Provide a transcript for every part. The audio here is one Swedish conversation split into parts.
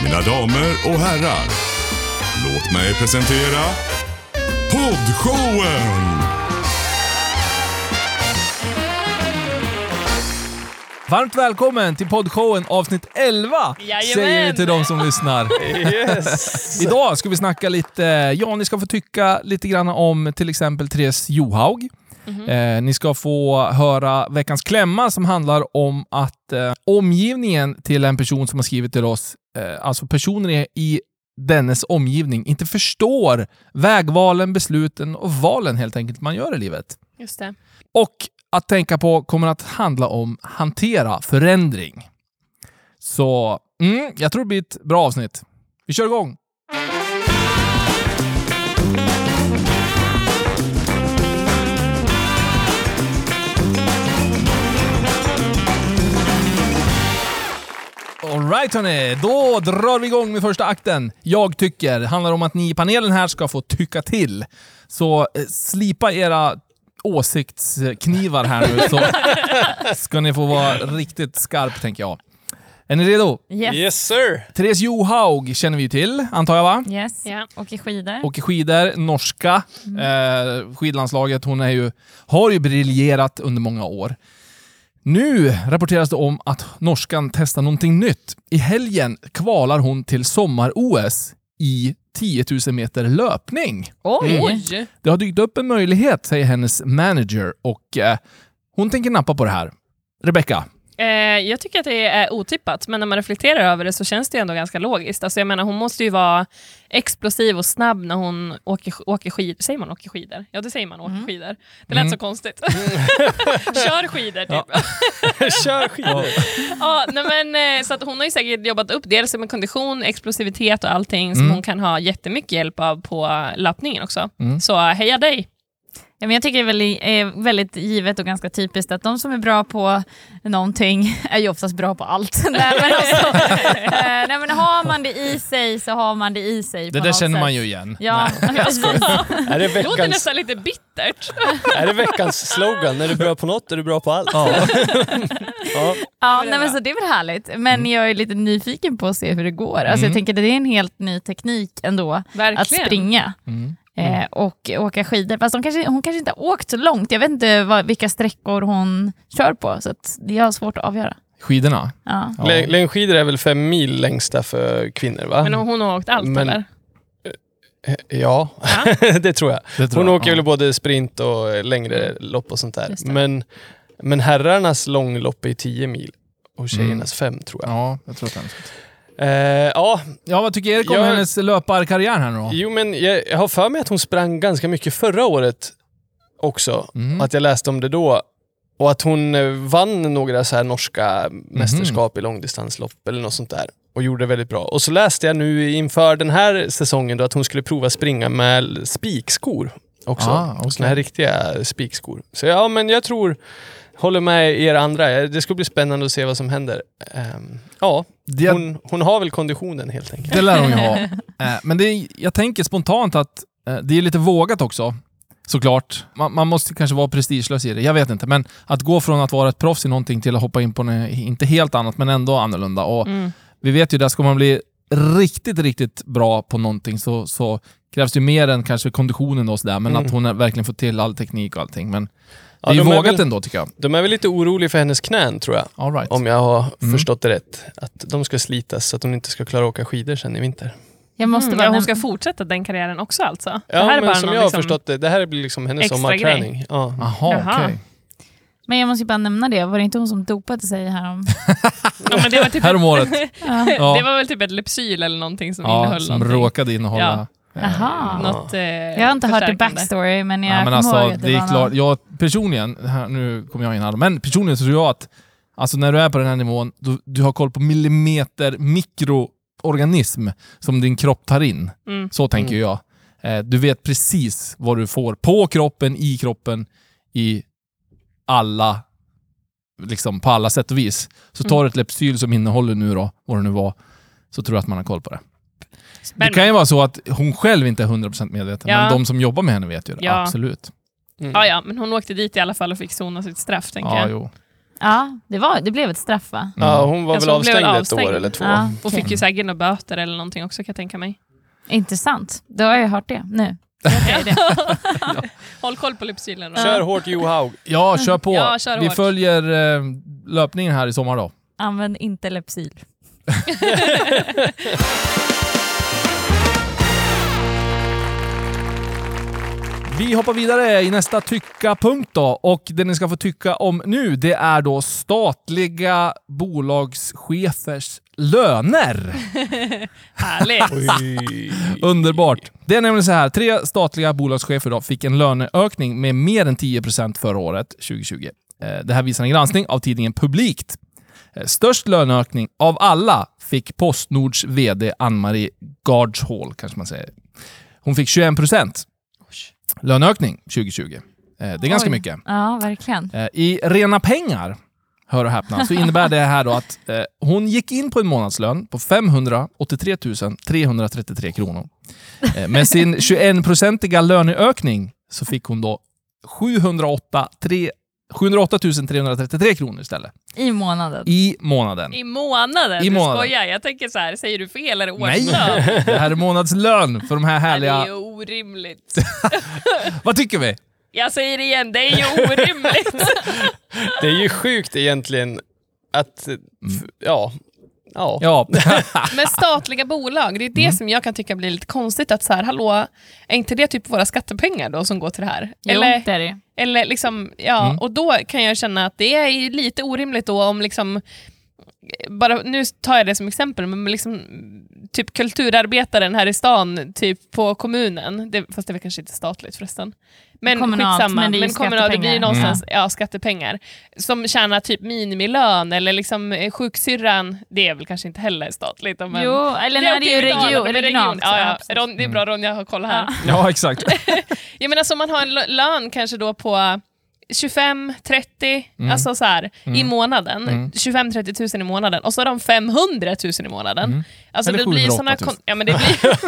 Mina damer och herrar, låt mig presentera Poddshowen! Varmt välkommen till Poddshowen avsnitt 11. Jajamän. Säger vi till de som lyssnar. Yes. Idag ska vi snacka lite, ni ska få tycka lite grann om till exempel Therese Johaug. Ni ska få höra veckans klämma som handlar om att omgivningen till en person som har skrivit till oss, alltså personer i dennes omgivning, inte förstår vägvalen, besluten och valen helt enkelt man gör i livet. Just det. Och att tänka på kommer att handla om hantera förändring. Så jag tror det blir ett bra avsnitt. Vi kör igång! Alright hörni, då drar vi igång med första akten. Jag tycker, det handlar om att ni i panelen här ska få tycka till. Så slipa era åsiktsknivar här nu så ska ni få vara riktigt skarp, tänker jag. Är ni redo? Yes sir. Therese Johaug känner vi ju till, antar jag va? Yes, Ja. åker skidor. Åker skidor, norska skidlandslaget. Hon har ju briljerat under många år. Nu rapporteras det om att norskan testar någonting nytt. I helgen kvalar hon till sommar-OS i 10 000 meter löpning. Oj! Det har dykt upp en möjlighet, säger hennes manager, och hon tänker nappa på det här. Rebecca? Jag tycker att det är otippat, men när man reflekterar över det så känns det ändå ganska logiskt. Alltså jag menar, hon måste ju vara explosiv och snabb när hon åker skidor. Säger man åker skidor? Ja, det säger man, åker skidor. Det lät så konstigt. Kör skidor, typ. Ja. Kör skidor. Ja, nej men, så att hon har ju säkert jobbat upp dels med kondition, explosivitet och allting som hon kan ha jättemycket hjälp av på löpningen också. Så heja dig! Ja, men jag tycker det är väldigt givet och ganska typiskt att de som är bra på någonting är ju oftast bra på allt. Nej, men har man det i sig så har man det i sig. Det där känner man ju igen. Ja, precis. Är det Det låter veckans, nästan lite bittert. är det veckans slogan? Är du bra på något är du bra på allt. Ja. Ja, nej, men så det är väl härligt. Men jag är lite nyfiken på att se hur det går. Alltså jag tänker att det är en helt ny teknik ändå. Verkligen. Att springa. Och åka skidor. Fast hon kanske inte har åkt så långt. Jag vet inte vilka sträckor hon kör på. Så att det är svårt att avgöra. Skidorna? Ja. Längdskidor är väl 5 mil längsta för kvinnor, va? Men hon har åkt allt, eller? Ja, det tror jag. Hon åker väl både sprint och längre lopp och sånt där. Men herrarnas långlopp är 10 mil och tjejernas 5, tror jag. Ja, jag tror det. Ja, Vad tycker Erik om hennes löparkarriär här nu då? jo, men jag har för mig att hon sprang ganska mycket förra året också. Att jag läste om det då. Och att hon vann några så här norska mästerskap i långdistanslopp eller något sånt där. Och gjorde det väldigt bra. Och så läste jag nu inför den här säsongen då att hon skulle prova springa med spikskor också. Okay. Såna här riktiga spikskor. Så ja, men jag tror... Håller med er andra. Det ska bli spännande att se vad som händer. Hon har väl konditionen helt enkelt. Det lär hon ju ha. Men jag tänker spontant att det är lite vågat också. Såklart. Man måste kanske vara prestigelös i det. Jag vet inte. Men att gå från att vara ett proffs i någonting till att hoppa in på inte helt annat men ändå annorlunda. Och vi vet ju, där ska man bli riktigt, riktigt bra på någonting så krävs det mer än kanske konditionen och sådär. Men att hon verkligen får till all teknik och allting. Men det är ju vågat ändå, tycker jag. De är väl lite oroliga för hennes knän, tror jag. All right. Om jag har förstått det rätt. Att de ska slitas så att hon inte ska klara att åka skidor sen i vinter. Jag måste bara hon ska fortsätta den karriären också alltså. Ja, det här är men bara som jag har förstått det här blir liksom hennes extra sommarträning. grej. Ja. Jaha, okej. Men jag måste ju bara nämna det. Var det inte hon som dopade sig här om... Ja, men det var typ Här om året. Det var väl typ ett Lypsyl eller någonting som innehöll som någonting. råkade innehålla. Jaha. Något, jag har inte hört det backstory, men jag kommer alltså, ihåg att det är klart. Jag personligen, nu kommer jag in här, men personligen så tror jag att alltså när du är på den här nivån, du har koll på millimeter mikroorganism som din kropp tar in. Så tänker jag. Du vet precis vad du får på kroppen, i alla, liksom på alla sätt och vis. Så tar du ett Lypsyl som innehåller nu då, vad det nu var, så tror jag att man har koll på det. Det kan ju vara så att hon själv inte är 100% medveten, men de som jobbar med henne vet ju det. Ja. Absolut. Ja, men hon åkte dit i alla fall och fick sona sitt straff, tänker jag. Jo. Ja, det blev ett straff, va? Ja, hon var Alltså, väl hon blev avstängd ett avstängd. år eller 2. Ja, Och fick ju säkert några böter eller någonting också, kan jag tänka mig. Intressant. Då har jag hört det nu. Det. Håll koll på Lypsylen. Kör hårt Johaug. Ja, kör på. Ja, kör Vi hårt. följer löpningen här i sommar då. Använd inte Lypsyl. Vi hoppar vidare i nästa tycka-punkt då. Och det ni ska få tycka om nu, det är då statliga bolagschefers löner. Härligt. Underbart. Det är nämligen så här, 3 statliga bolagschefer då fick en löneökning med mer än 10% förra året, 2020. Det här visar en granskning av tidningen Publikt. Störst löneökning av alla fick Postnords vd Ann-Marie Gardshall, kanske man säger. Hon fick 21% löneökning 2020. Det är ganska mycket. Ja, verkligen. I rena pengar, hör och häpna, så innebär det här då att hon gick in på en månadslön på 583 333 kronor. Med sin 21-procentiga löneökning så fick hon då 708 333 kronor istället. I månaden. I månaden. I månaden? I månaden. Du skojar. Jag tänker så här, säger du fel eller Nej, årslön? det här är månadslön för de här Det härliga... är ju orimligt. Vad tycker vi? Jag säger det igen, det är ju orimligt. Det är ju sjukt egentligen att... Ja. Ja. Med statliga bolag, det är det som jag kan tycka blir lite konstigt. Att så här, hallå, är inte det typ våra skattepengar då som går till det här? Jo, det är det. Eller liksom, ja, och då kan jag känna att det är ju lite orimligt då om liksom, bara, nu tar jag det som exempel, men liksom typ kulturarbetaren här i stan, typ på kommunen, fast det är väl kanske inte statligt förresten. Men Kommunalt, skitsamma, men det är ju kommunalt, det blir ju skattepengar. någonstans skattepengar. Som tjänar typ minimilön, eller liksom sjuksyrran, det är väl kanske inte heller statligt. Men Jo, eller nej, det är ju regionalt. Ja, Ja, det är bra, Ronja har koll här. Ja, exakt. Jag menar, som man har en lön kanske då på 25-30 alltså så här, i månaden. 25-30 000 i månaden. Och så har de 500 000 i månaden. Alltså Eller det blir 708 000. ja, men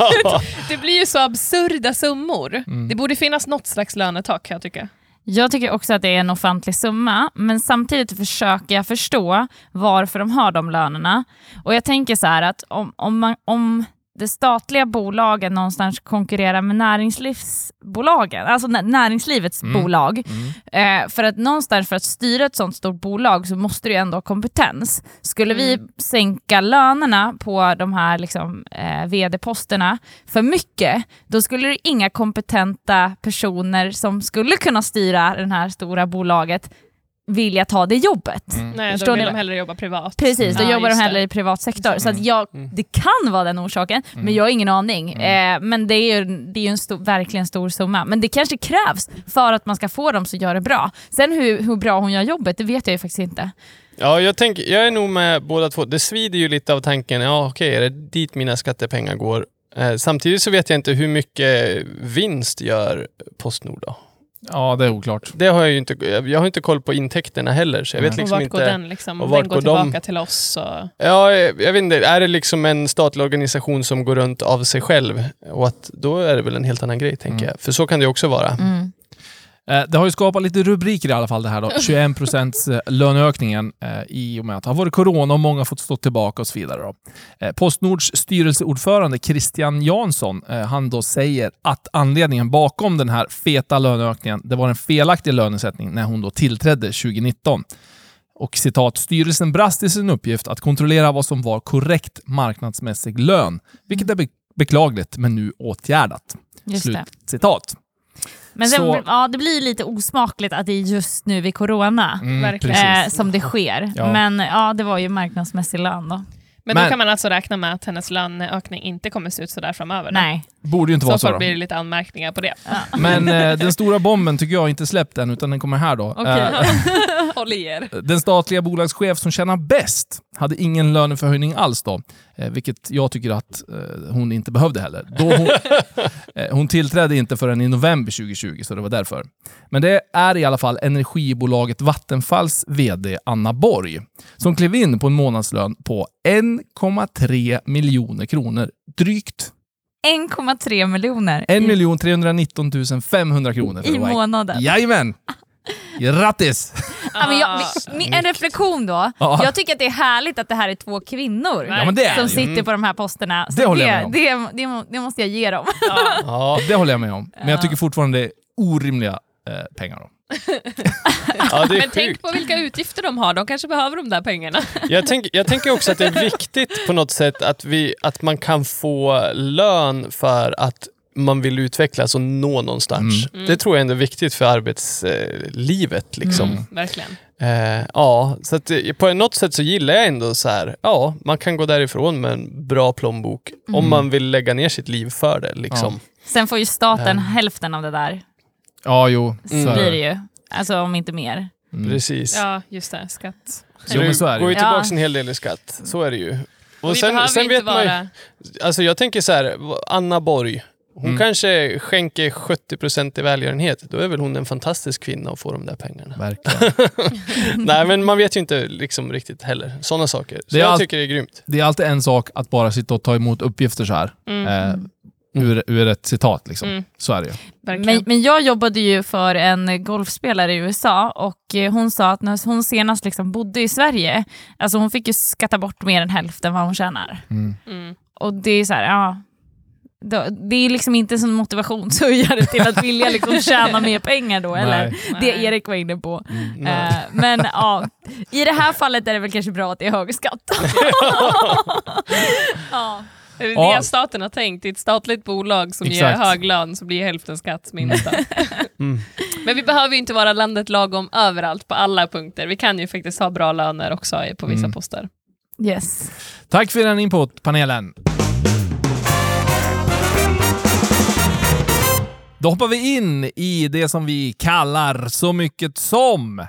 det blir ju så absurda summor. Det borde finnas något slags lönetak, kan jag tycka. Jag tycker också att det är en offentlig summa, men samtidigt försöker jag förstå varför de har de lönerna. Och jag tänker så här att om det statliga bolagen någonstans konkurrerar med näringslivsbolagen, alltså näringslivets bolag. För att styra ett sånt stort bolag så måste det ju ändå ha kompetens. Skulle vi sänka lönerna på de här liksom, vd-posterna för mycket, då skulle det inga kompetenta personer som skulle kunna styra det här stora bolaget vilja ta det jobbet. Nej, Förstår då vill ni? de hellre jobba privat. Precis, då jobbar de just hellre det. i privat sektor. Så att det kan vara den orsaken, men jag har ingen aning. Men det är ju en verkligen stor summa. Men det kanske krävs för att man ska få dem som gör det bra. Sen hur bra hon gör jobbet, det vet jag ju faktiskt inte. Ja, jag är nog med båda två. Det svider ju lite av tanken, okej, är det dit mina skattepengar går? Samtidigt så vet jag inte hur mycket vinst gör Postnord då. Ja, det är oklart. Det har jag har inte koll på intäkterna heller, så jag vet Och liksom vart inte. går den liksom? och vart Den går går tillbaka de? till oss. Och... Ja, jag vet inte. Är det liksom en statlig organisation som går runt av sig själv? Och att då är det väl en helt annan grej, tänker jag. För så kan det också vara. Det har ju skapat lite rubriker i alla fall det här då. 21% löneökningen i och med att det har varit corona och många har fått stå tillbaka och så vidare då. Postnords styrelseordförande Christian Jansson, han då säger att anledningen bakom den här feta löneökningen, det var en felaktig lönesättning när hon då tillträdde 2019. Och citat, styrelsen brast i sin uppgift att kontrollera vad som var korrekt marknadsmässig lön, vilket är beklagligt men nu åtgärdat. Just Slut det. Citat. Men sen, Så- ja, det blir lite osmakligt att det är just nu vid corona Verkligen. som det sker. Ja. Men ja, det var ju marknadsmässig lön då. Men då Men- kan man alltså räkna med att hennes löneökning inte kommer se ut så där framöver. Nej. Borde ju inte Så vara så fall då. blir det lite anmärkningar på det. Men den stora bomben tycker jag inte släppt än, utan den kommer här då. Okej. Håll i er. Den statliga bolagschef som tjänar bäst hade ingen löneförhöjning alls då. Vilket jag tycker att hon inte behövde heller. Då hon tillträdde inte förrän i november 2020, så det var därför. Men det är i alla fall energibolaget Vattenfalls vd Anna Borg som klev in på en månadslön på 1,3 miljoner kronor. Drygt 1,3 miljoner 1 319 500 kronor. för i att vara- månaden. Jajamän! Grattis! Ja, men en reflektion då. Ja. Jag tycker att det är härligt att det här är 2 kvinnor Ja, men det är som det. sitter på de här posterna. Så Det håller jag med om. det måste jag ge dem. Ja. Det håller jag med om. Men jag tycker fortfarande det är orimliga pengar då. Ja, det är Men tänk sjukt. på vilka utgifter de har. De kanske behöver de där pengarna. Jag tänker också att det är viktigt på något sätt att man kan få lön för att man vill utvecklas och nå någonstans. Det tror jag ändå är viktigt för arbetslivet. Liksom. Verkligen. Ja, så att, på något sätt så gillar jag ändå så här, ja, man kan gå därifrån med en bra plånbok om man vill lägga ner sitt liv för det. Liksom. Sen får ju staten hälften av det där. Ja, jo. Så är Blir det ju. Alltså om inte mer. Precis. Ja, just det. Skatt. Så Jo, men det så är det. går ju tillbaka Ja. en hel del i skatt. Så är det ju. Och vi behöver inte vet man ju, vara... alltså jag tänker så här, Anna Borg, hon kanske skänker 70% i välgörenhet. Då är väl hon en fantastisk kvinna och får de där pengarna. Verkligen. Nej, men man vet ju inte liksom riktigt heller. Sådana saker. Så Det är jag allt- tycker det är grymt. Det är alltid en sak att bara sitta och ta emot uppgifter så här. Ur ett citat liksom. Så är det ju. Verkligen. Men jag jobbade ju för en golfspelare i USA och hon sa att när hon senast liksom bodde i Sverige, alltså hon fick ju skatta bort mer än hälften vad hon tjänar. Och det är så här, ja, det är liksom inte en sån motivationshöjare till att vilja liksom tjäna mer pengar då, eller Nej. det Erik var inne på. Men ja, i det här fallet är det väl kanske bra att det är hög skatt. Ja. Det är Ja. det staten har tänkt. I ett statligt bolag som Exakt. ger hög lön så blir hälften skatt minsta. Men vi behöver ju inte vara landet lagom överallt på alla punkter. Vi kan ju faktiskt ha bra löner också på vissa poster. Yes. Tack för den input, panelen. Då hoppar vi in i det som vi kallar så mycket som...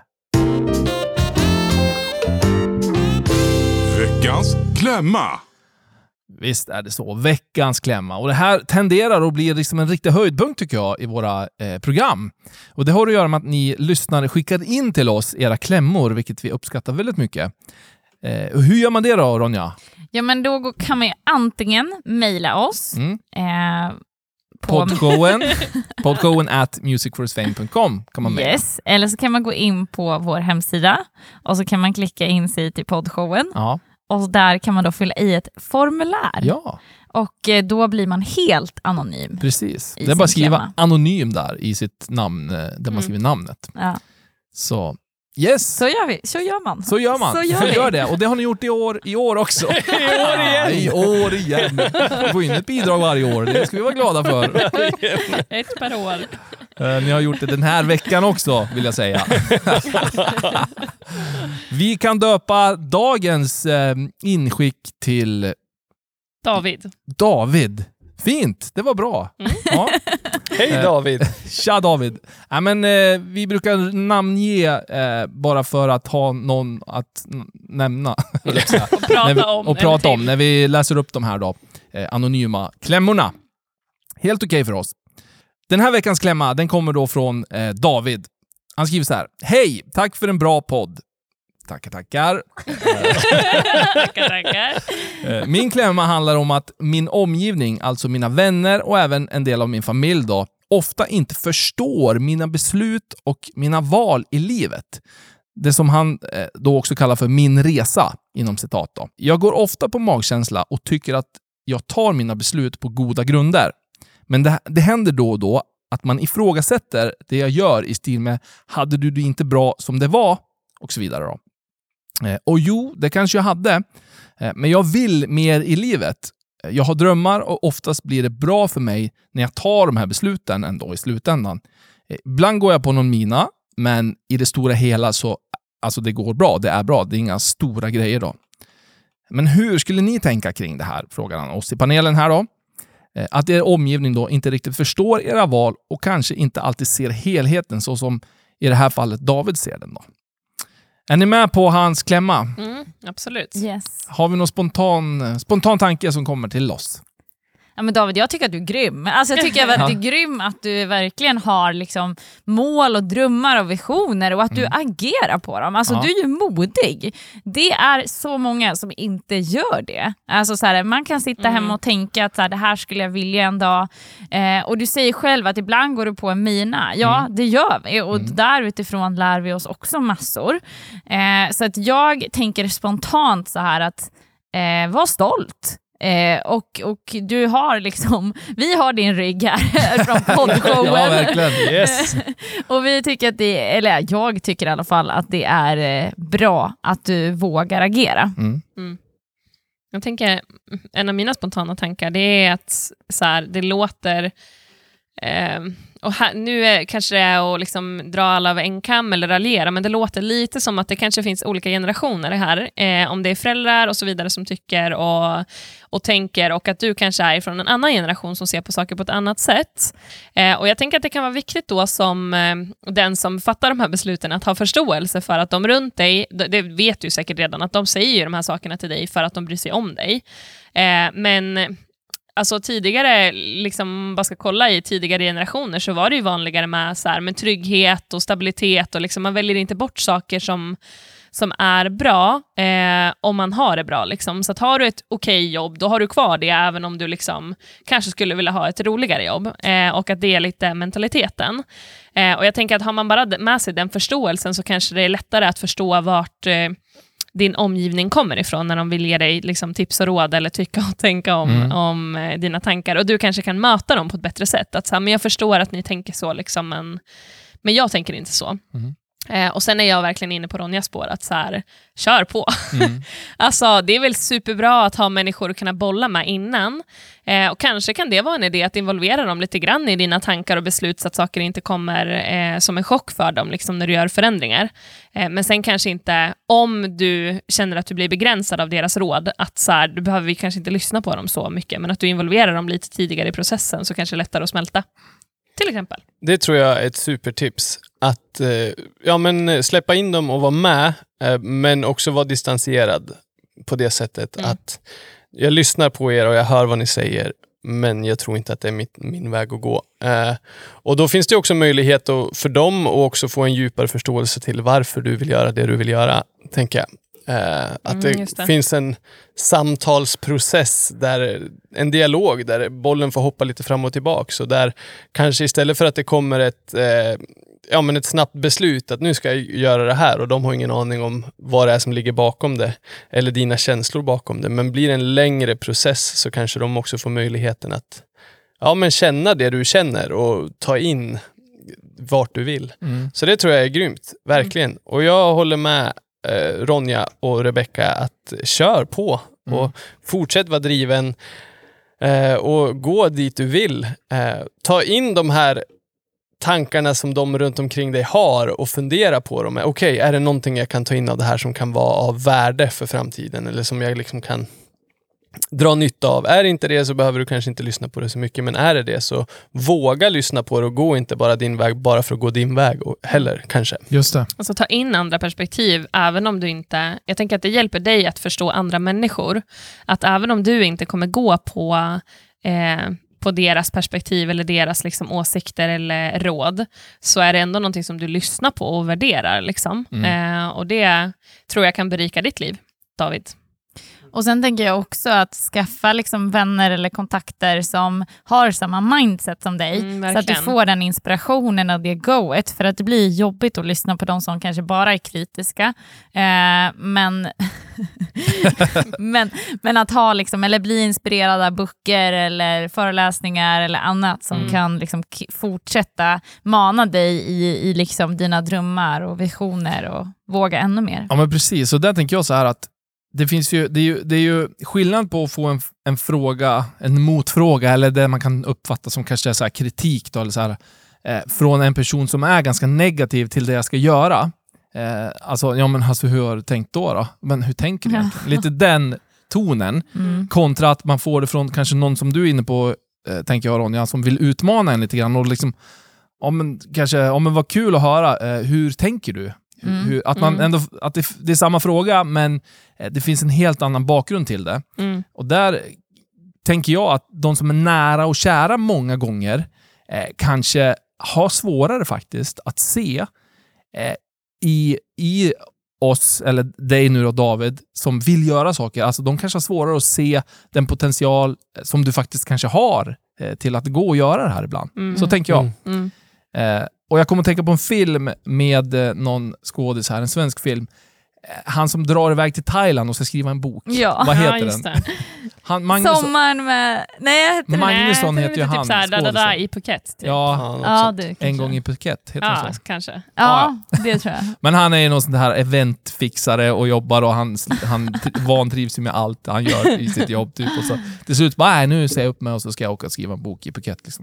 Veckans klämma. Visst är det så. Veckans klämma. Och det här tenderar att bli liksom en riktig höjdpunkt tycker jag i våra program. Och det har att göra med att ni lyssnare skickar in till oss era klämmor, vilket vi uppskattar väldigt mycket. Hur gör man det då, Ronja? Ja, men då kan man ju antingen mejla oss på Podshowen at musicforhisfame.com kan man mejla. yes, eller så kan man gå in på vår hemsida och så kan man klicka in sig till poddshowen Ja. och där kan man då fylla i ett formulär Ja, och då blir man helt anonym. precis. I Det är bara att sin skriva klämma. anonym där i sitt namn, där man skriver namnet. Ja. Så, yes! Så gör vi, så gör man. Så gör man. Så gör vi. Gör det. Och det har ni gjort i år också. I år igen. Vi får in ett bidrag varje år. Det ska vi vara glada för. Ett per år. Ni har gjort det den här veckan också, vill jag säga. Vi kan döpa dagens inskick till David. Fint, det var bra. Ja. Hej David! Tja David. Ja, men, vi brukar namnge bara för att ha någon att nämna. Och prata om. När vi läser upp de här då, anonyma klämmorna. Helt okej för oss. Den här veckans klämma, den kommer då från David. Han skriver så här: hej, tack för en bra podd. Tackar. Tackar. Min klämma handlar om att min omgivning, alltså mina vänner och även en del av min familj då, ofta inte förstår mina beslut och mina val i livet. Det som han då också kallar för min resa, inom citat då. Jag går ofta på magkänsla och tycker att jag tar mina beslut på goda grunder. Men det händer då och då att man ifrågasätter det jag gör i stil med hade du det inte bra som det var? Och så vidare då. Och jo, det kanske jag hade. Men jag vill mer i livet. Jag har drömmar och oftast blir det bra för mig när jag tar de här besluten ändå i slutändan. Ibland går jag på någon mina, men i det stora hela så alltså det går bra, det är bra. Det är inga stora grejer då. Men hur skulle ni tänka kring det här? Frågar han oss i panelen här då. Att er omgivning då inte riktigt förstår era val och kanske inte alltid ser helheten så som i det här fallet David ser den då. Är ni med på hans klämma? Absolut. Yes. Har vi någon spontan tanke som kommer till oss? Ja, men David, jag tycker att du är grym. Alltså, jag tycker att du är grym att du verkligen har liksom mål och drömmar och visioner och att du agerar på dem. Alltså, du är ju modig. Det är så många som inte gör det. Alltså, så här, man kan sitta hemma och tänka att så här, det här skulle jag vilja en dag. Och du säger själv att ibland går du på en mina. Ja, det gör vi. Och där utifrån lär vi oss också massor. Så att jag tänker spontant så här att var stolt. Och du har liksom, vi har din rygg här från poddshowen. Ja, verkligen. Yes. Och vi tycker att det, eller jag tycker i alla fall att det är bra att du vågar agera. Jag tänker, en av mina spontana tankar det är att så här, det låter och här, nu kanske det är att liksom dra alla över en kam eller raljera, men det låter lite som att det kanske finns olika generationer här, om det är föräldrar och så vidare som tycker och tänker, och att du kanske är från en annan generation som ser på saker på ett annat sätt. Och jag tänker att det kan vara viktigt då som den som fattar de här besluten att ha förståelse för att de runt dig, det vet du säkert redan, att de säger ju de här sakerna till dig för att de bryr sig om dig. Men alltså tidigare, liksom bara ska kolla i tidigare generationer, så var det ju vanligare med, så här, med trygghet och stabilitet, och liksom man väljer inte bort saker som är bra om man har det bra. Liksom. Så att har du ett okej jobb, då har du kvar det även om du liksom kanske skulle vilja ha ett roligare jobb. Och att det är lite mentaliteten. Och jag tänker att har man bara med sig den förståelsen, så kanske det är lättare att förstå vart din omgivning kommer ifrån när de vill ge dig liksom tips och råd eller tycka och tänka om dina tankar. Och du kanske kan möta dem på ett bättre sätt. Att så här, men jag förstår att ni tänker så, liksom, men jag tänker inte så. Och sen är jag verkligen inne på Ronjas spår att så här, kör på. Alltså det är väl superbra att ha människor att kunna bolla med innan. Och kanske kan det vara en idé att involvera dem lite grann i dina tankar och beslut, så att saker inte kommer som en chock för dem liksom, när du gör förändringar. Men sen kanske inte, om du känner att du blir begränsad av deras råd, att så här, du behöver kanske inte lyssna på dem så mycket, men att du involverar dem lite tidigare i processen, så kanske det är lättare att smälta. Till exempel. Det tror jag är ett supertips. Att släppa in dem och vara med, men också vara distanserad på det sättet att jag lyssnar på er och jag hör vad ni säger, men jag tror inte att det är min väg att gå. Och då finns det också möjlighet för dem att också få en djupare förståelse till varför du vill göra det du vill göra, tänker jag. Att det finns en samtalsprocess, en dialog där bollen får hoppa lite fram och tillbaka, så där kanske istället för att det kommer ett snabbt beslut att nu ska jag göra det här, och de har ingen aning om vad det är som ligger bakom det eller dina känslor bakom det, men blir det en längre process, så kanske de också får möjligheten att känna det du känner och ta in vart du vill. Så det tror jag är grymt, verkligen. Och jag håller med Ronja och Rebecca att kör på och fortsätt vara driven och gå dit du vill. Ta in de här tankarna som de runt omkring dig har och fundera på dem. Okej, är det någonting jag kan ta in av det här som kan vara av värde för framtiden, eller som jag liksom kan dra nytta av? Är det inte det, så behöver du kanske inte lyssna på det så mycket, men är det, så våga lyssna på det och gå inte bara din väg bara för att gå din väg heller, kanske. Just det. Alltså ta in andra perspektiv, även om du inte... Jag tänker att det hjälper dig att förstå andra människor. Att även om du inte kommer gå på deras perspektiv eller deras liksom åsikter eller råd, så är det ändå någonting som du lyssnar på och värderar. Liksom. Och det tror jag kan berika ditt liv, David. Och sen tänker jag också att skaffa liksom vänner eller kontakter som har samma mindset som dig. Så att du får den inspirationen och det goet. För att det blir jobbigt att lyssna på de som kanske bara är kritiska. Men att ha liksom, eller bli inspirerad av böcker eller föreläsningar eller annat som kan liksom fortsätta mana dig i liksom dina drömmar och visioner och våga ännu mer. Ja, men precis. Och där tänker jag så här att det är ju skillnad på att få en fråga, en motfråga, eller det man kan uppfatta som kanske så här kritik då, eller så här, från en person som är ganska negativ till det jag ska göra. Alltså hur har du tänkt då? Men hur tänker du? Ja. Lite den tonen kontra att man får det från kanske någon som du är inne på, tänker jag, Ronja, som vill utmana en lite grann och liksom, men vad kul att höra, hur tänker du? Att man ändå, att det är samma fråga, men det finns en helt annan bakgrund till det. Och där tänker jag att de som är nära och kära många gånger kanske har svårare faktiskt att se i oss, eller dig nu då David, som vill göra saker. Alltså de kanske har svårare att se den potential som du faktiskt kanske har till att gå och göra det här ibland. Så tänker jag. Och jag kommer att tänka på en film med någon skådis här, en svensk film. Han som drar iväg till Thailand och ska skriva en bok. Ja. Vad heter just den? det. Sommaren med... Nej, jag heter Magnusson heter ju han. Typ såhär, da i Phuket. Typ. Ja, det en gång i Phuket heter han så. Kanske. Ja, det tror jag. Men han är ju någon sån här eventfixare och jobbar och han vantrivs med allt han gör i sitt jobb typ. Och så till slut bara, nu ser jag upp mig och så ska jag åka och skriva en bok i Phuket liksom.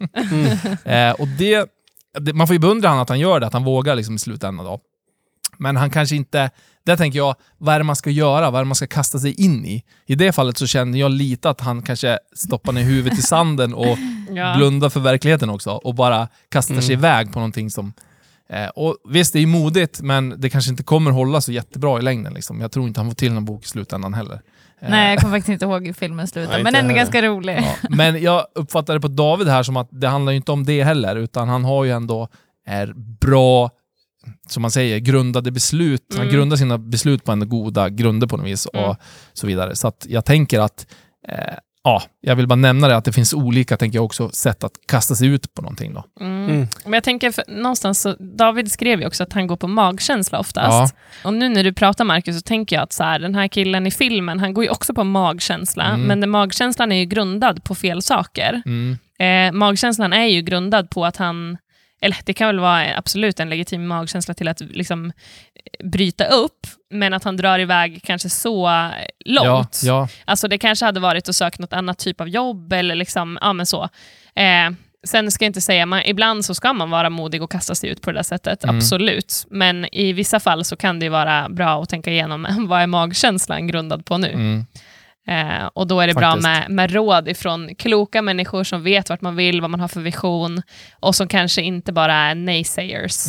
Och det, man får ju beundra han att han gör det, att han vågar liksom i slutändan då. Men han kanske inte, där tänker jag, vad är det man ska göra? Vad är det man ska kasta sig in i? I det fallet så känner jag lite att han kanske stoppar ner huvudet i sanden och blundar för verkligheten också. Och bara kastar sig iväg på någonting som... och visst, det är ju modigt, men det kanske inte kommer hålla så jättebra i längden. Liksom. Jag tror inte han får till någon bok i slutändan heller. Nej, jag kommer faktiskt inte ihåg hur filmen slutar, men den är ganska rolig. Ja, men jag uppfattar det på David här som att det handlar ju inte om det heller, utan han har ju ändå bra, som man säger, grundade beslut. Han grundar sina beslut på en goda grunder på något vis och så vidare. Så att jag tänker att jag vill bara nämna det, att det finns olika, tänker jag också, sätt att kasta sig ut på någonting då. Men jag tänker någonstans så, David skrev ju också att han går på magkänsla oftast. Och nu när du pratar, Marcus, så tänker jag att så här, den här killen i filmen, han går ju också på magkänsla, men den magkänslan är ju grundad på fel saker. Magkänslan är ju grundad på att han, eller det kan väl vara absolut en legitim magkänsla till att liksom bryta upp, men att han drar iväg kanske så långt. Ja. Alltså det kanske hade varit att söka något annat typ av jobb eller liksom, men så. Sen ska jag inte säga, ibland så ska man vara modig och kasta sig ut på det där sättet, absolut. Men i vissa fall så kan det vara bra att tänka igenom vad är magkänslan grundad på nu. Och då är det bra med råd ifrån kloka människor som vet vart man vill, vad man har för vision och som kanske inte bara är naysayers.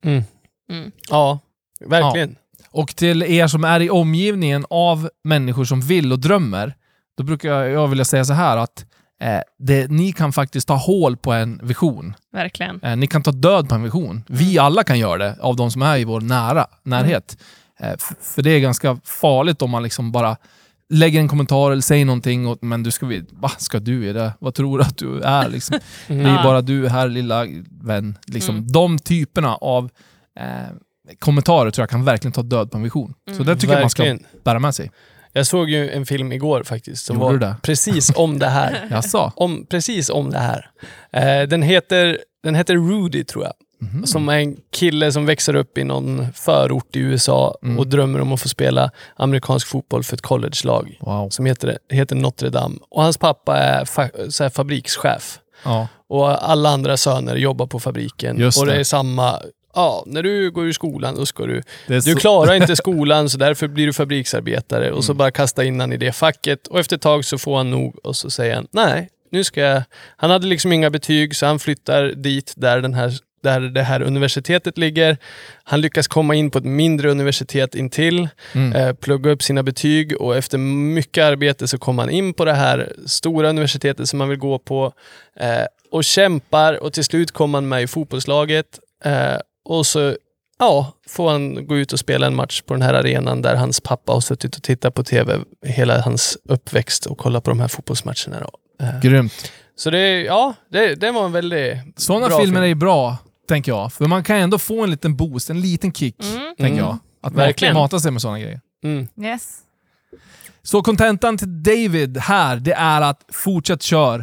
Ja, verkligen. Ja. Och till er som är i omgivningen av människor som vill och drömmer, då brukar jag vilja säga så här att ni kan faktiskt ta hål på en vision. Verkligen. Ni kan ta död på en vision. Vi alla kan göra det, av de som är i vår närhet. För det är ganska farligt om man liksom bara lägger en kommentar eller säger någonting men du ska du är det? Vad tror du att du är? Liksom. Det är bara du här, lilla vän. Liksom. De typerna av kommentarer tror jag kan verkligen ta död på en vision. Så det tycker jag man ska bära med sig. Jag såg ju en film igår faktiskt som Gjorde var det? precis om det här. Jaså? Precis om det här. Den heter Rudy, tror jag. Som är en kille som växer upp i någon förort i USA och drömmer om att få spela amerikansk fotboll för ett college-lag som heter Notre Dame. Och hans pappa är så här fabrikschef. Ja. Och alla andra söner jobbar på fabriken. Och det är samma... Ja, när du går ur skolan då ska du klarar inte skolan så därför blir du fabriksarbetare och så bara kasta in han i det facket och efter ett tag så får han nog och så säger han, nej, nu ska jag... Han hade liksom inga betyg så han flyttar dit där det här universitetet ligger. Han lyckas komma in på ett mindre universitet intill, plugga upp sina betyg och efter mycket arbete så kommer han in på det här stora universitetet som han vill gå på och kämpar och till slut kommer han med i fotbollslaget och så får han gå ut och spela en match på den här arenan där hans pappa har suttit och tittat på tv hela hans uppväxt och kollat på de här fotbollsmatcherna. Grymt. Så det var en väldigt sådana bra filmer film. är bra, tänker jag. För man kan ändå få en liten boost, en liten kick, tänker jag. Att verkligen mata sig med sådana grejer. Yes. Så kontentan till David här, det är att fortsätt kör.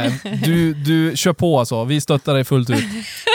Du kör på alltså. Vi stöttar dig fullt ut.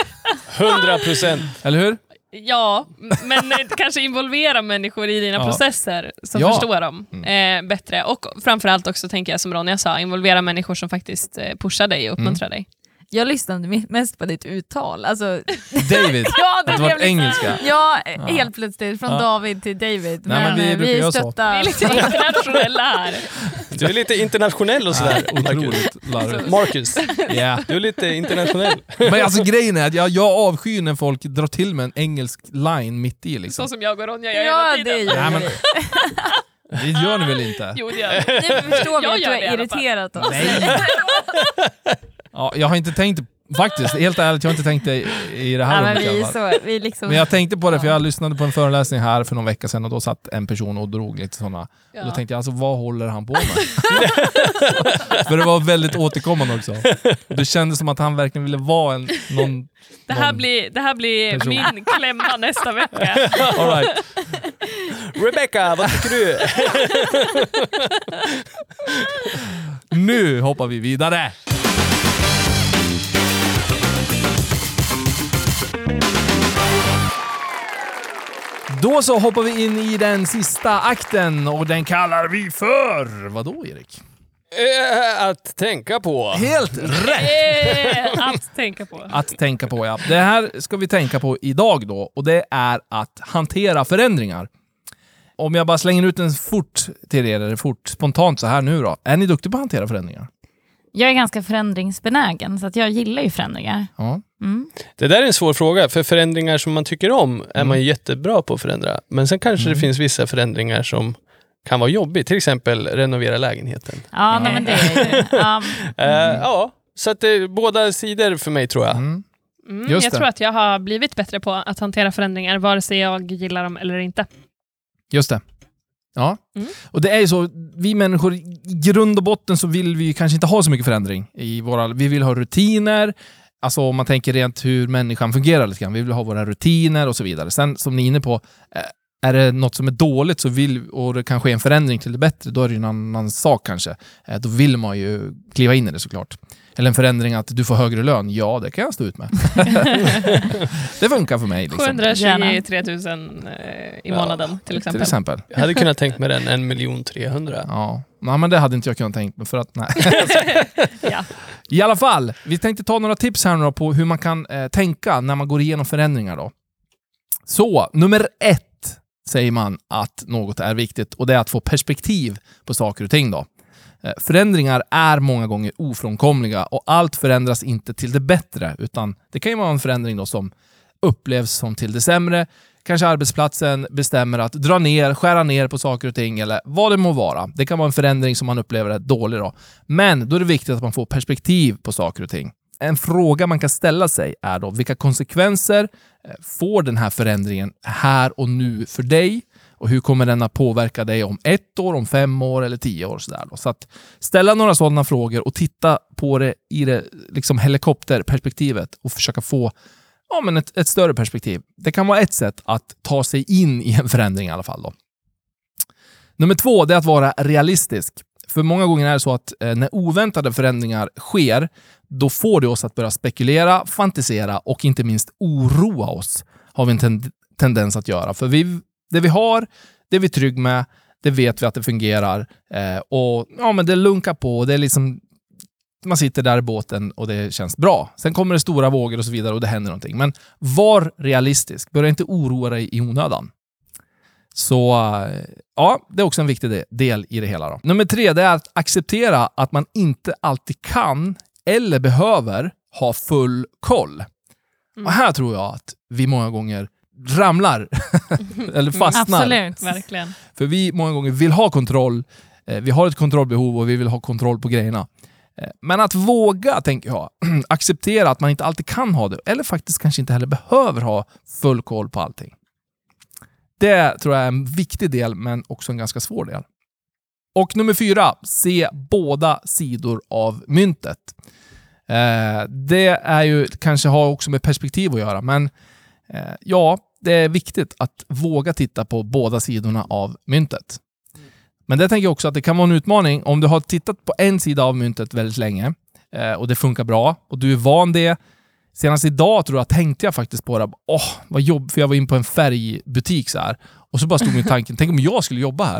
100%. Eller hur? Ja, men kanske involvera människor i dina processer som förstår dem bättre. Och framförallt också, tänker jag som Ronja sa, involvera människor som faktiskt pushar dig och uppmuntrar dig. Jag lyssnade mest på ditt uttal. Alltså... David, det var engelska. Ja, helt plötsligt från David till David. Nej, men vi stöttar. Vi är lite internationella här. Du är lite internationell och sådär. Otroligt. Marcus, du är lite internationell. Men alltså grejen är att jag avskyr när folk drar till med en engelsk line mitt i. Liksom. Så som jag och Ronja gör hela tiden. Det Det gör ni väl inte? Jo, det gör jag. Nu förstår vi Jag att du gör det i är alla irriterad. Nej. Ja, jag har inte tänkt, faktiskt, helt ärligt, jag har inte tänkt det i det här rummet i alla fall. Vi liksom... Men jag tänkte på det för jag lyssnade på en föreläsning här för någon vecka sedan och då satt en person och drog lite sådana. Ja. Och då tänkte jag, alltså vad håller han på med? För det var väldigt återkommande också. Det kändes som att han verkligen ville vara någon... Det här blir person. min klämma nästa vecka. All right. Rebecca, vad tycker du? Nu hoppar vi vidare. Då så hoppar vi in i den sista akten och den kallar vi för... Vadå, Erik? Att tänka på. Helt rätt! Att tänka på. Att tänka på, ja. Det här ska vi tänka på idag då, och det är att hantera förändringar. Om jag bara slänger ut en fort till er, eller fort, spontant så här nu då. Är ni duktiga på att hantera förändringar? Jag är ganska förändringsbenägen, så att jag gillar ju förändringar. Ja. Mm. Det där är en svår fråga, för förändringar som man tycker om är man ju jättebra på att förändra. Men sen kanske det finns vissa förändringar som kan vara jobbigt. Till exempel renovera lägenheten. Ja, nej, men det är ju... Ja, så att det är båda sidor för mig, tror jag. Just Jag det. tror att jag har blivit bättre på att hantera förändringar, vare sig jag gillar dem eller inte. Just det. Ja. Mm. Och det är ju så, vi människor i grund och botten så vill vi kanske inte ha så mycket förändring i våra, vi vill ha rutiner, alltså om man tänker rent hur människan fungerar lite grann, vi vill ha våra rutiner och så vidare. Sen som ni är inne på, är det något som är dåligt så och det kanske är en förändring till det bättre, då är det ju en annan sak kanske. Då vill man ju kliva in i det såklart. Eller en förändring att du får högre lön, ja det kan jag stå ut med. Det funkar för mig. Liksom. 723 000 i månaden till exempel. Jag hade kunnat tänkt med den 1 300 000. Ja, nej, men det hade inte jag kunnat tänka mig för att nej. Ja. I alla fall, vi tänkte ta några tips här nu då på hur man kan tänka när man går igenom förändringar då. Så, nummer 1 säger man att något är viktigt och det är att få perspektiv på saker och ting då. Förändringar är många gånger ofrånkomliga och allt förändras inte till det bättre, utan det kan ju vara en förändring då som upplevs som till det sämre. Kanske arbetsplatsen bestämmer att dra ner, skära ner på saker och ting eller vad det må vara. Det kan vara en förändring som man upplever är dålig då. Men då är det viktigt att man får perspektiv på saker och ting. En fråga man kan ställa sig är då, vilka konsekvenser får den här förändringen här och nu för dig? Och hur kommer den att påverka dig om 1 år, om 5 år eller 10 år? Sådär då. Så att ställa några sådana frågor och titta på det i det liksom helikopterperspektivet och försöka få men ett större perspektiv. Det kan vara ett sätt att ta sig in i en förändring i alla fall då. Nummer 2, det är att vara realistisk. För många gånger är det så att när oväntade förändringar sker, då får det oss att börja spekulera, fantisera och inte minst oroa oss. Har vi en tendens att göra. För det vi har, det är vi trygg med, det vet vi att det fungerar. Och men det lunkar på och det är liksom, man sitter där i båten och det känns bra. Sen kommer det stora vågor och så vidare och det händer någonting. Men var realistisk. Börja inte oroa dig i onödan. Så det är också en viktig del i det hela då. Nummer 3, det är att acceptera att man inte alltid kan eller behöver ha full koll. Och här tror jag att vi många gånger ramlar eller fastnar. Absolut. Verkligen. För vi många gånger vill ha kontroll. Vi har ett kontrollbehov och vi vill ha kontroll på grejerna. Men att våga, tänker jag, acceptera att man inte alltid kan ha det. Eller faktiskt kanske inte heller behöver ha full koll på allting. Det tror jag är en viktig del, men också en ganska svår del. Och nummer 4, se båda sidor av myntet. Det är ju kanske har också med perspektiv att göra, men det är viktigt att våga titta på båda sidorna av myntet. Men det tänker jag också att det kan vara en utmaning om du har tittat på en sida av myntet väldigt länge och det funkar bra och du är van det. Senast idag tror jag tänkte jag faktiskt på det. Vad jobb, för jag var in på en färgbutik så här. Och så bara stod min tanken, tänk om jag skulle jobba här.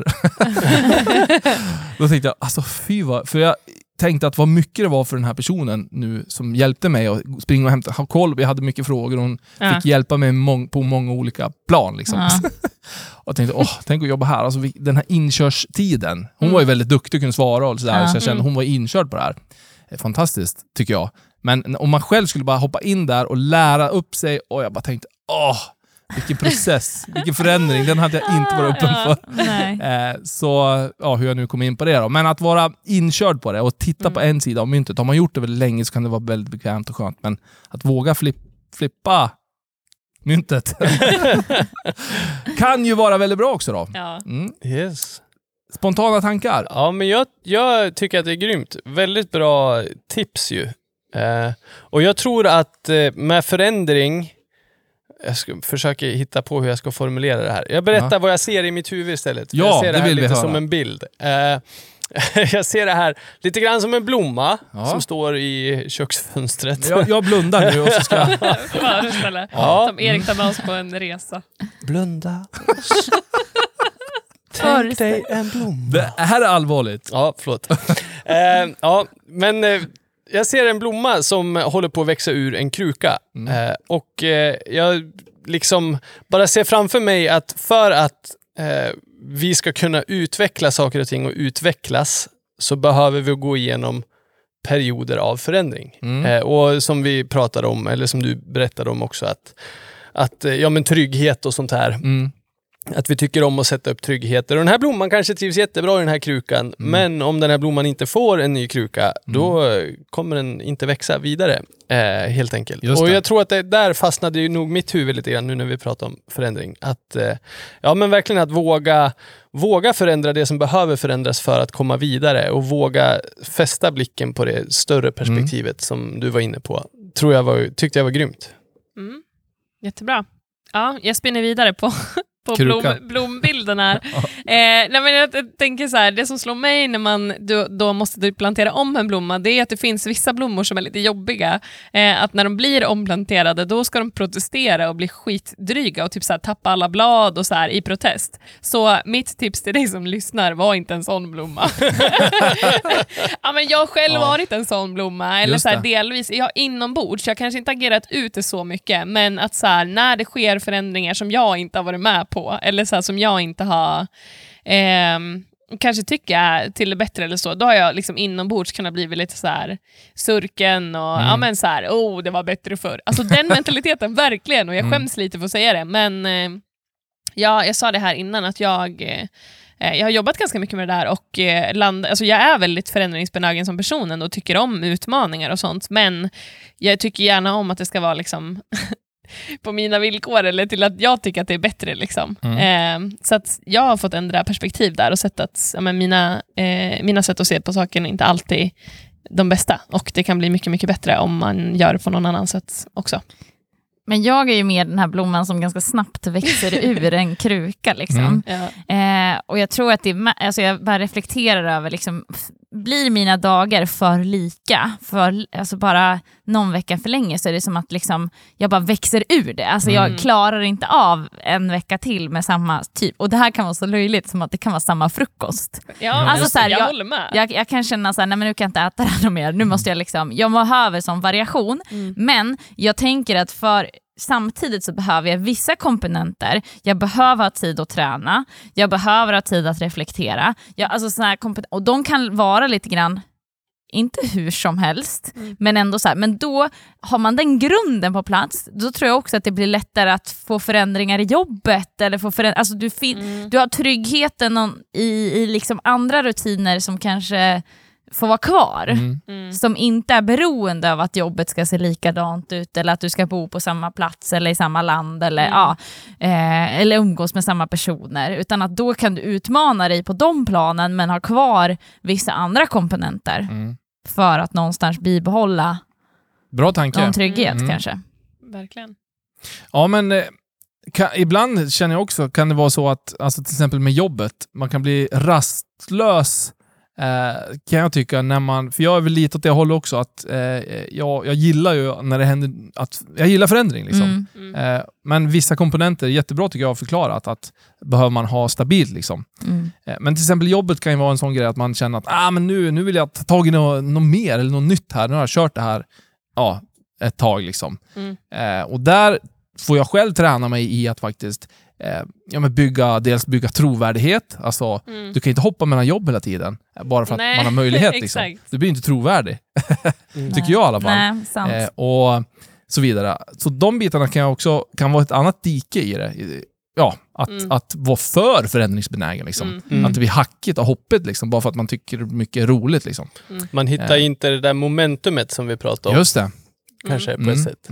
Då tänkte jag, alltså fy vad, för jag tänkte att vad mycket det var för den här personen nu som hjälpte mig att springa och hämta, ha koll. Jag hade mycket frågor och hon fick hjälpa mig på många olika plan liksom. Och jag tänkte, tänk att jobba här. Alltså, den här inkörstiden, hon var ju väldigt duktig och kunde svara och sådär. Så jag kände hon var inkörd på det här. Fantastiskt, tycker jag. Men om man själv skulle bara hoppa in där och lära upp sig och jag bara tänkte, Vilken process, vilken förändring. Den hade jag inte varit öppen för. Nej. Så hur jag nu kom in på det då. Men att vara inkörd på det och titta på en sida av myntet. Har man gjort det väldigt länge så kan det vara väldigt bekvämt och skönt. Men att våga flippa myntet kan ju vara väldigt bra också då. Ja. Yes. Spontana tankar? Ja, men jag tycker att det är grymt. Väldigt bra tips ju. Och jag tror att med förändring, jag ska försöka hitta på hur jag ska formulera det här. Jag berättar vad jag ser i mitt huvud istället. Ja, jag ser det här vill vi lite höra. som en bild. Jag ser det här lite grann som en blomma som står i köksfönstret. Jag blundar nu och så ska... Föreställa. Ja. Som Erik tar med oss på en resa. Blunda. Tänk dig en blomma. Det här är allvarligt. Ja, förlåt. Men jag ser en blomma som håller på att växa ur en kruka. Och jag liksom bara ser framför mig att för att vi ska kunna utveckla saker och ting och utvecklas så behöver vi gå igenom perioder av förändring. Och som vi pratade om, eller som du berättade om också, att men trygghet och sånt här. Att vi tycker om att sätta upp tryggheter. Och den här blomman kanske trivs jättebra i den här krukan. Men om den här blomman inte får en ny kruka, då kommer den inte växa vidare. Helt enkelt. Och jag tror att det där fastnade ju nog mitt huvud lite grann nu när vi pratar om förändring. Att, men verkligen att våga förändra det som behöver förändras för att komma vidare. Och våga fästa blicken på det större perspektivet som du var inne på. Tyckte jag var grymt. Jättebra. Ja, jag spinner vidare på blombilden här. Nej, men jag tänker så här, det som slår mig när man då måste plantera om en blomma, det är att det finns vissa blommor som är lite jobbiga. Att när de blir omplanterade, då ska de protestera och bli skitdryga och typ så här, tappa alla blad och så här i protest. Så mitt tips till dig som lyssnar, var inte en sån blomma. Ja, men jag har själv varit en sån blomma, eller så här, delvis. Jag inombords, jag kanske inte agerat ut det så mycket, men att så här, när det sker förändringar som jag inte har varit med på, eller så här, som jag inte har kanske tycker till det bättre eller så, då har jag liksom inombords kunnat bli lite så här surken och ja, men så här, det var bättre förr. Alltså den mentaliteten verkligen, och jag skäms lite för att säga det, men jag sa det här innan att jag har jobbat ganska mycket med det där och alltså jag är väldigt förändringsbenägen som person och tycker om utmaningar och sånt, men jag tycker gärna om att det ska vara liksom på mina villkor, eller till att jag tycker att det är bättre liksom. Så att jag har fått ändra perspektiv där och sett att mina sätt att se på saken är inte alltid de bästa, och det kan bli mycket, mycket bättre om man gör det på någon annan sätt också. Men jag är ju mer den här blomman som ganska snabbt växer ur en kruka liksom. Och jag tror att alltså jag bara reflekterar över liksom, blir mina dagar för lika, alltså bara någon vecka för länge, så är det som att liksom, jag bara växer ur det. Alltså jag klarar inte av en vecka till med samma typ. Och det här kan vara så löjligt som att det kan vara samma frukost. Ja, alltså så här, jag håller med. Jag kan känna så här, nej men nu kan jag inte äta det här mer. Nu måste jag liksom, jag behöver som variation. Men jag tänker att samtidigt så behöver jag vissa komponenter. Jag behöver ha tid att träna. Jag behöver ha tid att reflektera. Alltså såna här och de kan vara lite grann, inte hur som helst, men ändå så här. Men då har man den grunden på plats, då tror jag också att det blir lättare att få förändringar i jobbet, eller alltså du har tryggheten i liksom andra rutiner som kanske får vara kvar, som inte är beroende av att jobbet ska se likadant ut, eller att du ska bo på samma plats eller i samma land, eller eller umgås med samma personer, utan att då kan du utmana dig på de planen men ha kvar vissa andra komponenter för att någonstans bibehålla bra tanke. Någon trygghet kanske. Verkligen. Ja, men ibland känner jag också, kan det vara så att, alltså till exempel med jobbet, man kan bli rastlös, kan jag tycka, för jag är väl lite åt det hållet också, att jag gillar ju när det händer, jag gillar förändring liksom. Men vissa komponenter är jättebra tycker jag att förklarat, att behöver man ha stabilt liksom. Men till exempel jobbet kan ju vara en sån grej att man känner att men nu vill jag ta tag i något mer eller något nytt här, nu har jag kört det här ett tag liksom. Och där får jag själv träna mig i att faktiskt bygga trovärdighet. Alltså, du kan inte hoppa mellan jobb hela tiden bara för att man har möjlighet. Liksom. Du blir inte trovärdig. Tycker jag i alla fall. Nej, sant. Och så vidare. Så de bitarna kan vara ett annat dike i det. Att vara för förändringsbenägen. Liksom. Att det blir hackigt och hoppigt liksom, bara för att man tycker mycket är roligt. Liksom. Man hittar inte det där momentumet som vi pratade om. Just det. Kanske på ett sätt.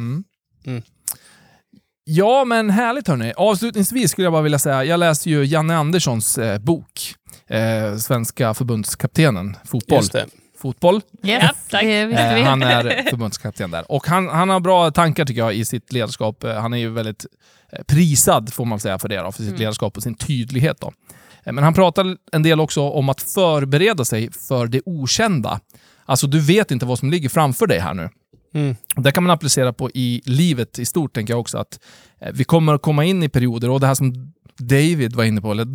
Ja, men härligt hörni. Avslutningsvis skulle jag bara vilja säga, jag läste ju Janne Anderssons bok, Svenska förbundskaptenen, fotboll. Just det. Fotboll. Yes, Ja, tack. det visste vi. Han är förbundskapten där. Och han har bra tankar tycker jag i sitt ledarskap. Han är ju väldigt prisad får man säga för det då, för sitt ledarskap och sin tydlighet då. Men han pratar en del också om att förbereda sig för det okända. Alltså du vet inte vad som ligger framför dig här nu. Det kan man applicera på i livet i stort tänker jag också, att vi kommer att komma in i perioder, och det här som David var inne på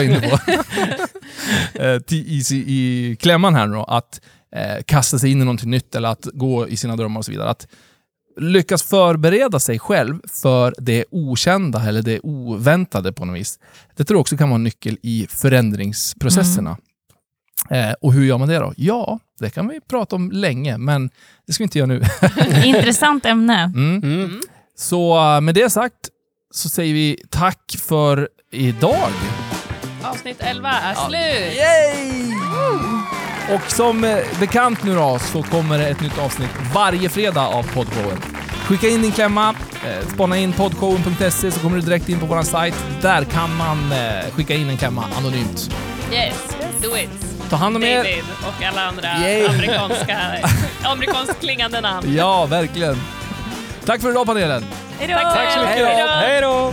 i klämman här nu då, att kasta sig in i någonting nytt eller att gå i sina drömmar och så vidare. Att lyckas förbereda sig själv för det okända eller det oväntade på något vis. Det tror jag också kan vara en nyckel i förändringsprocesserna. Och hur gör man det då? Ja, det kan vi prata om länge, men det ska vi inte göra nu. Intressant ämne. Så med det sagt så säger vi tack för idag. Avsnitt 11 är slut! Yay! Och som bekant nu då så kommer det ett nytt avsnitt varje fredag av Podshowen. Skicka in din klämma, spana in podshowen.se så kommer du direkt in på vår sajt. Där kan man skicka in en klämma anonymt. Yes, do it! Ta hand om er. David och alla andra Yay. amerikansk klingande namn. Ja, verkligen. Tack för idag panelen. Hejdå! Tack så mycket. Hej då!